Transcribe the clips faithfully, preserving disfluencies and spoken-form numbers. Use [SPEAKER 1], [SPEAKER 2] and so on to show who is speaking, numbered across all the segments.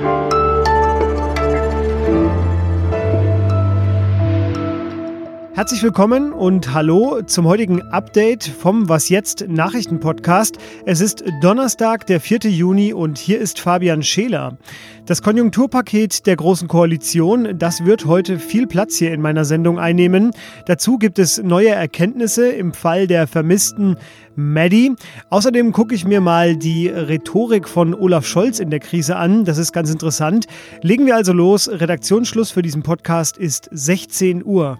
[SPEAKER 1] Herzlich willkommen und hallo zum heutigen Update vom Was Jetzt Nachrichten-Podcast. Es ist Donnerstag, der vierte Juni und hier ist Fabian Scheler. Das Konjunkturpaket der Großen Koalition, das wird heute viel Platz hier in meiner Sendung einnehmen. Dazu gibt es neue Erkenntnisse im Fall der vermissten Maddie. Außerdem gucke ich mir mal die Rhetorik von Olaf Scholz in der Krise an. Das ist ganz interessant. Legen wir also los. Redaktionsschluss für diesen Podcast ist sechzehn Uhr.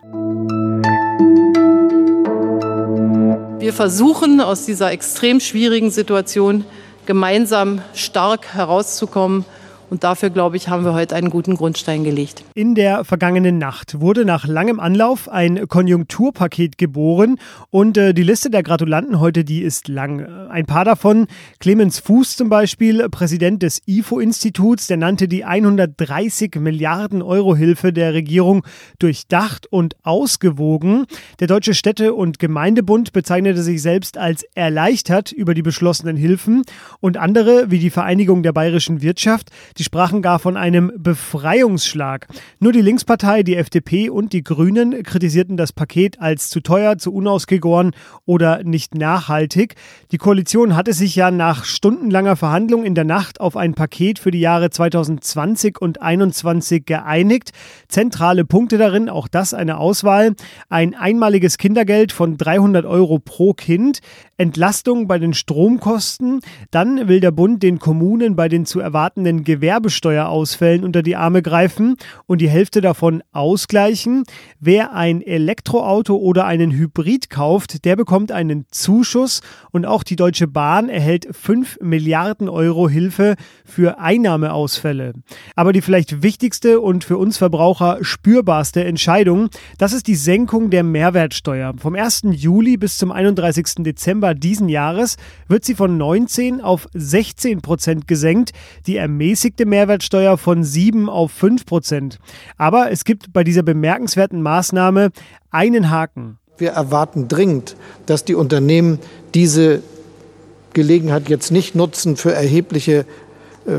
[SPEAKER 2] Wir versuchen, aus dieser extrem schwierigen Situation gemeinsam stark herauszukommen. Und dafür, glaube ich, haben wir heute einen guten Grundstein gelegt.
[SPEAKER 1] In der vergangenen Nacht wurde nach langem Anlauf ein Konjunkturpaket geboren. Und äh, die Liste der Gratulanten heute, die ist lang. Ein paar davon, Clemens Fuß zum Beispiel, Präsident des I F O-Instituts, der nannte die hundertdreißig Milliarden Euro Hilfe der Regierung durchdacht und ausgewogen. Der Deutsche Städte- und Gemeindebund bezeichnete sich selbst als erleichtert über die beschlossenen Hilfen. Und andere, wie die Vereinigung der bayerischen Wirtschaft, die sprachen gar von einem Befreiungsschlag. Nur die Linkspartei, die F D P und die Grünen kritisierten das Paket als zu teuer, zu unausgegoren oder nicht nachhaltig. Die Koalition hatte sich ja nach stundenlanger Verhandlung in der Nacht auf ein Paket für die Jahre zweitausendzwanzig und zweitausendeinundzwanzig geeinigt. Zentrale Punkte darin, auch das eine Auswahl, ein einmaliges Kindergeld von dreihundert Euro pro Kind, Entlastung bei den Stromkosten, dann will der Bund den Kommunen bei den zu erwartenden Gewerbesteuerausfällen unter die Arme greifen und die Hälfte davon ausgleichen. Wer ein Elektroauto oder einen Hybrid kauft, der bekommt einen Zuschuss und auch die Deutsche Bahn erhält fünf Milliarden Euro Hilfe für Einnahmeausfälle. Aber die vielleicht wichtigste und für uns Verbraucher spürbarste Entscheidung, das ist die Senkung der Mehrwertsteuer. Vom ersten Juli bis zum einunddreißigsten Dezember diesen Jahres wird sie von neunzehn auf sechzehn Prozent gesenkt. Die ermäßigte Mehrwertsteuer von sieben auf fünf Prozent. Aber es gibt bei dieser bemerkenswerten Maßnahme einen Haken.
[SPEAKER 3] Wir erwarten dringend, dass die Unternehmen diese Gelegenheit jetzt nicht nutzen für erhebliche äh,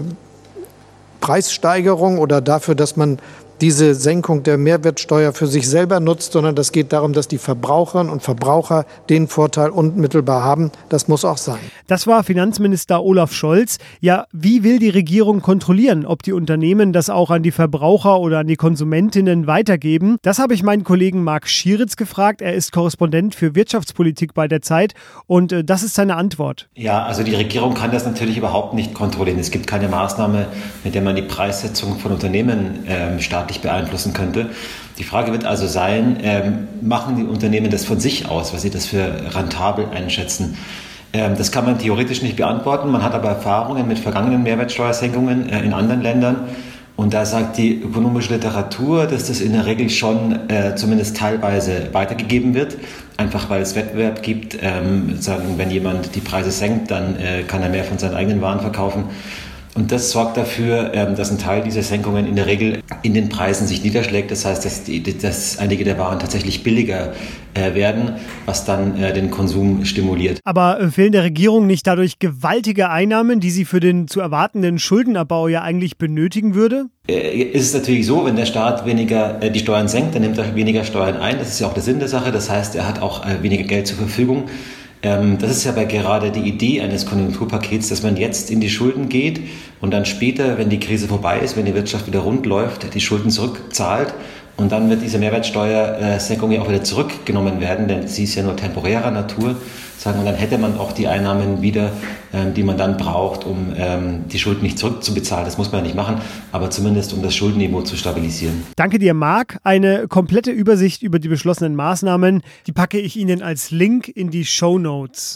[SPEAKER 3] Preissteigerung oder dafür, dass man diese Senkung der Mehrwertsteuer für sich selber nutzt, sondern das geht darum, dass die Verbraucherinnen und Verbraucher den Vorteil unmittelbar haben. Das muss auch sein.
[SPEAKER 1] Das war Finanzminister Olaf Scholz. Ja, wie will die Regierung kontrollieren, ob die Unternehmen das auch an die Verbraucher oder an die Konsumentinnen weitergeben? Das habe ich meinen Kollegen Marc Schieritz gefragt. Er ist Korrespondent für Wirtschaftspolitik bei der Zeit und äh, das ist seine Antwort.
[SPEAKER 4] Ja, also die Regierung kann das natürlich überhaupt nicht kontrollieren. Es gibt keine Maßnahme, mit der man die Preissetzung von Unternehmen ähm, staatlich beeinflussen könnte. Die Frage wird also sein, ähm, machen die Unternehmen das von sich aus, was sie das für rentabel einschätzen? Ähm, das kann man theoretisch nicht beantworten. Man hat aber Erfahrungen mit vergangenen Mehrwertsteuersenkungen äh, in anderen Ländern. Und da sagt die ökonomische Literatur, dass das in der Regel schon äh, zumindest teilweise weitergegeben wird. Einfach weil es Wettbewerb gibt. Ähm, sagen, wenn jemand die Preise senkt, dann äh, kann er mehr von seinen eigenen Waren verkaufen. Und das sorgt dafür, dass ein Teil dieser Senkungen in der Regel in den Preisen sich niederschlägt. Das heißt, dass, die, dass einige der Waren tatsächlich billiger werden, was dann den Konsum stimuliert.
[SPEAKER 1] Aber fehlen der Regierung nicht dadurch gewaltige Einnahmen, die sie für den zu erwartenden Schuldenabbau ja eigentlich benötigen würde?
[SPEAKER 4] Ist es natürlich so, wenn der Staat weniger die Steuern senkt, dann nimmt er weniger Steuern ein. Das ist ja auch der Sinn der Sache. Das heißt, er hat auch weniger Geld zur Verfügung. Das ist ja aber gerade die Idee eines Konjunkturpakets, dass man jetzt in die Schulden geht und dann später, wenn die Krise vorbei ist, wenn die Wirtschaft wieder rund läuft, die Schulden zurückzahlt. Und dann wird diese Mehrwertsteuersenkung ja auch wieder zurückgenommen werden, denn sie ist ja nur temporärer Natur. Sagen, und dann hätte man auch die Einnahmen wieder, ähm, die man dann braucht, um ähm, die Schulden nicht zurückzubezahlen. Das muss man ja nicht machen, aber zumindest um das Schuldenniveau zu stabilisieren.
[SPEAKER 1] Danke dir, Marc. Eine komplette Übersicht über die beschlossenen Maßnahmen, die packe ich Ihnen als Link in die Shownotes.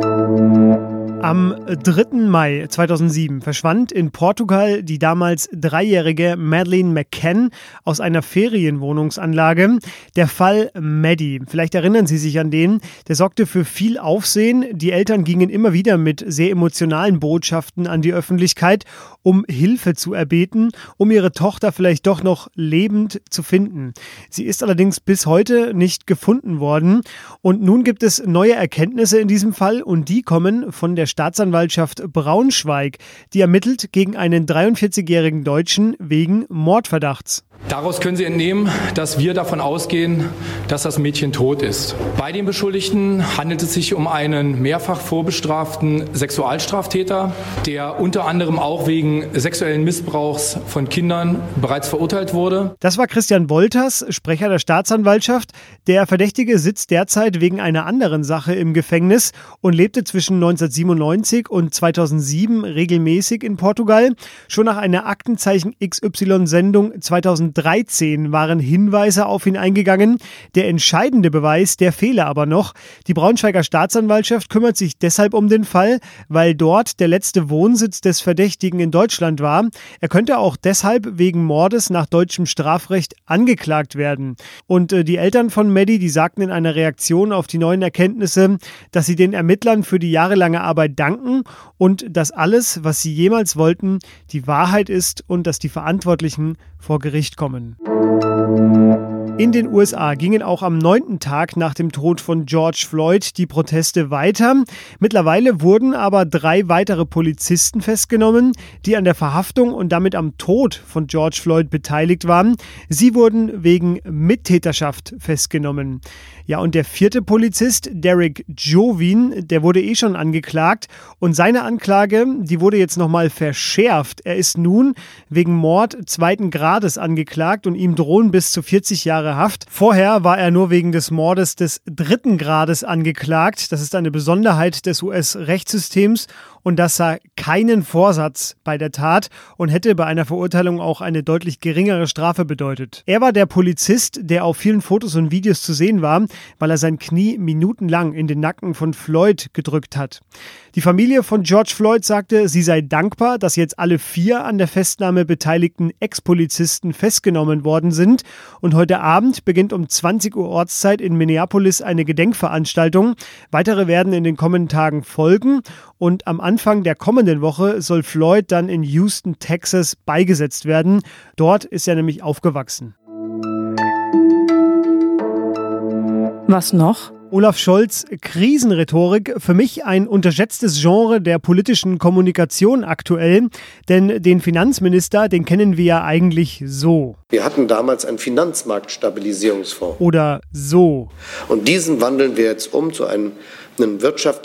[SPEAKER 1] Am dritten Mai zweitausendsieben verschwand in Portugal die damals dreijährige Madeleine McCann aus einer Ferienwohnungsanlage. Der Fall Maddie, vielleicht erinnern Sie sich an den, der sorgte für viel Aufsehen. Die Eltern gingen immer wieder mit sehr emotionalen Botschaften an die Öffentlichkeit, um Hilfe zu erbeten, um ihre Tochter vielleicht doch noch lebend zu finden. Sie ist allerdings bis heute nicht gefunden worden. Und nun gibt es neue Erkenntnisse in diesem Fall und die kommen von der Staatsanwaltschaft Braunschweig. Die ermittelt gegen einen dreiundvierzigjährigen Deutschen wegen Mordverdachts.
[SPEAKER 5] Daraus können Sie entnehmen, dass wir davon ausgehen, dass das Mädchen tot ist. Bei den Beschuldigten handelt es sich um einen mehrfach vorbestraften Sexualstraftäter, der unter anderem auch wegen sexuellen Missbrauchs von Kindern bereits verurteilt wurde.
[SPEAKER 1] Das war Christian Wolters, Sprecher der Staatsanwaltschaft. Der Verdächtige sitzt derzeit wegen einer anderen Sache im Gefängnis und lebte zwischen neunzehnhundertsiebenundneunzig und zweitausendsieben regelmäßig in Portugal. Schon nach einer Aktenzeichen X Y-Sendung zweitausenddreizehn waren Hinweise auf ihn eingegangen. Der entscheidende Beweis, der fehle aber noch. Die Braunschweiger Staatsanwaltschaft kümmert sich deshalb um den Fall, weil dort der letzte Wohnsitz des Verdächtigen in Deutschland war. Er könnte auch deshalb wegen Mordes nach deutschem Strafrecht angeklagt werden. Und äh, die Eltern von Maddie, die sagten in einer Reaktion auf die neuen Erkenntnisse, dass sie den Ermittlern für die jahrelange Arbeit danken und dass alles, was sie jemals wollten, die Wahrheit ist und dass die Verantwortlichen vor Gericht kommen. In den U S A gingen auch am neunten Tag nach dem Tod von George Floyd die Proteste weiter. Mittlerweile wurden aber drei weitere Polizisten festgenommen, die an der Verhaftung und damit am Tod von George Floyd beteiligt waren. Sie wurden wegen Mittäterschaft festgenommen. Ja, und der vierte Polizist, Derek Chauvin, der wurde eh schon angeklagt und seine Anklage, die wurde jetzt nochmal verschärft. Er ist nun wegen Mord zweiten Grades angeklagt und ihm drohen bis zu vierzig Jahre Haft. Vorher war er nur wegen des Mordes des dritten Grades angeklagt. Das ist eine Besonderheit des U S-Rechtssystems und das sah keinen Vorsatz bei der Tat und hätte bei einer Verurteilung auch eine deutlich geringere Strafe bedeutet. Er war der Polizist, der auf vielen Fotos und Videos zu sehen war, weil er sein Knie minutenlang in den Nacken von Floyd gedrückt hat. Die Familie von George Floyd sagte, sie sei dankbar, dass jetzt alle vier an der Festnahme beteiligten Ex-Polizisten festgenommen worden sind. Und heute Abend beginnt um zwanzig Uhr Ortszeit in Minneapolis eine Gedenkveranstaltung. Weitere werden in den kommenden Tagen folgen. Und am Anfang der kommenden Woche soll Floyd dann in Houston, Texas, beigesetzt werden. Dort ist er nämlich aufgewachsen.
[SPEAKER 6] Was noch?
[SPEAKER 1] Olaf Scholz, Krisenrhetorik, für mich ein unterschätztes Genre der politischen Kommunikation aktuell, denn den Finanzminister, den kennen wir ja eigentlich so.
[SPEAKER 7] Wir hatten damals einen Finanzmarktstabilisierungsfonds.
[SPEAKER 1] Oder so.
[SPEAKER 7] Und diesen wandeln wir jetzt um zu einem, einem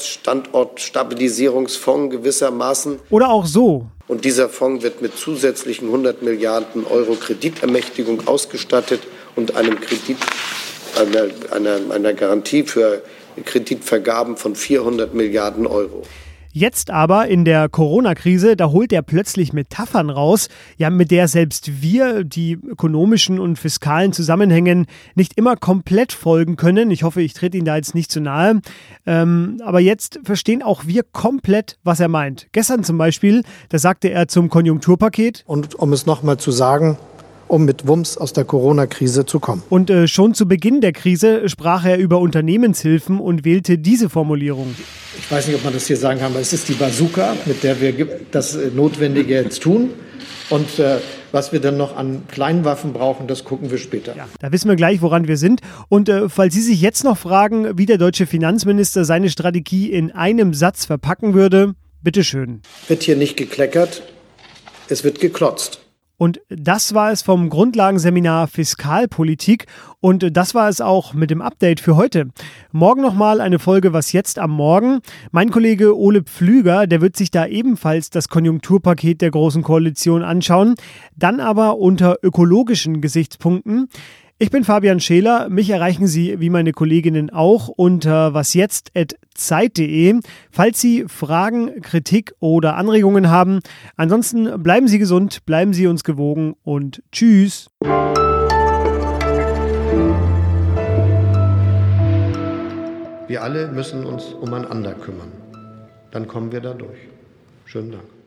[SPEAKER 7] Wirtschaftsstandortstabilisierungsfonds gewissermaßen.
[SPEAKER 1] Oder auch so.
[SPEAKER 7] Und dieser Fonds wird mit zusätzlichen hundert Milliarden Euro Kreditermächtigung ausgestattet und einem Kredit Einer, einer, einer Garantie für Kreditvergaben von vierhundert Milliarden Euro.
[SPEAKER 1] Jetzt aber in der Corona-Krise, da holt er plötzlich Metaphern raus, ja, mit der selbst wir die ökonomischen und fiskalen Zusammenhängen nicht immer komplett folgen können. Ich hoffe, ich trete Ihnen da jetzt nicht zu nahe. Ähm, aber jetzt verstehen auch wir komplett, was er meint. Gestern zum Beispiel, da sagte er zum Konjunkturpaket.
[SPEAKER 3] Und um es nochmal zu sagen, um mit Wumms aus der Corona-Krise zu kommen.
[SPEAKER 1] Und äh, schon zu Beginn der Krise sprach er über Unternehmenshilfen und wählte diese Formulierung.
[SPEAKER 3] Ich weiß nicht, ob man das hier sagen kann, aber es ist die Bazooka, mit der wir das Notwendige jetzt tun. Und äh, was wir dann noch an Kleinwaffen brauchen, das gucken wir später.
[SPEAKER 1] Ja, da wissen wir gleich, woran wir sind. Und äh, falls Sie sich jetzt noch fragen, wie der deutsche Finanzminister seine Strategie in einem Satz verpacken würde, bitteschön.
[SPEAKER 3] Wird hier nicht gekleckert, es wird geklotzt.
[SPEAKER 1] Und das war es vom Grundlagenseminar Fiskalpolitik und das war es auch mit dem Update für heute. Morgen nochmal eine Folge Was jetzt am Morgen. Mein Kollege Ole Pflüger, der wird sich da ebenfalls das Konjunkturpaket der Großen Koalition anschauen, dann aber unter ökologischen Gesichtspunkten. Ich bin Fabian Scheler, mich erreichen Sie wie meine Kolleginnen auch unter wasjetzt at zeit punkt de, falls Sie Fragen, Kritik oder Anregungen haben. Ansonsten bleiben Sie gesund, bleiben Sie uns gewogen und tschüss.
[SPEAKER 3] Wir alle müssen uns umeinander kümmern. Dann kommen wir da durch. Schönen Dank.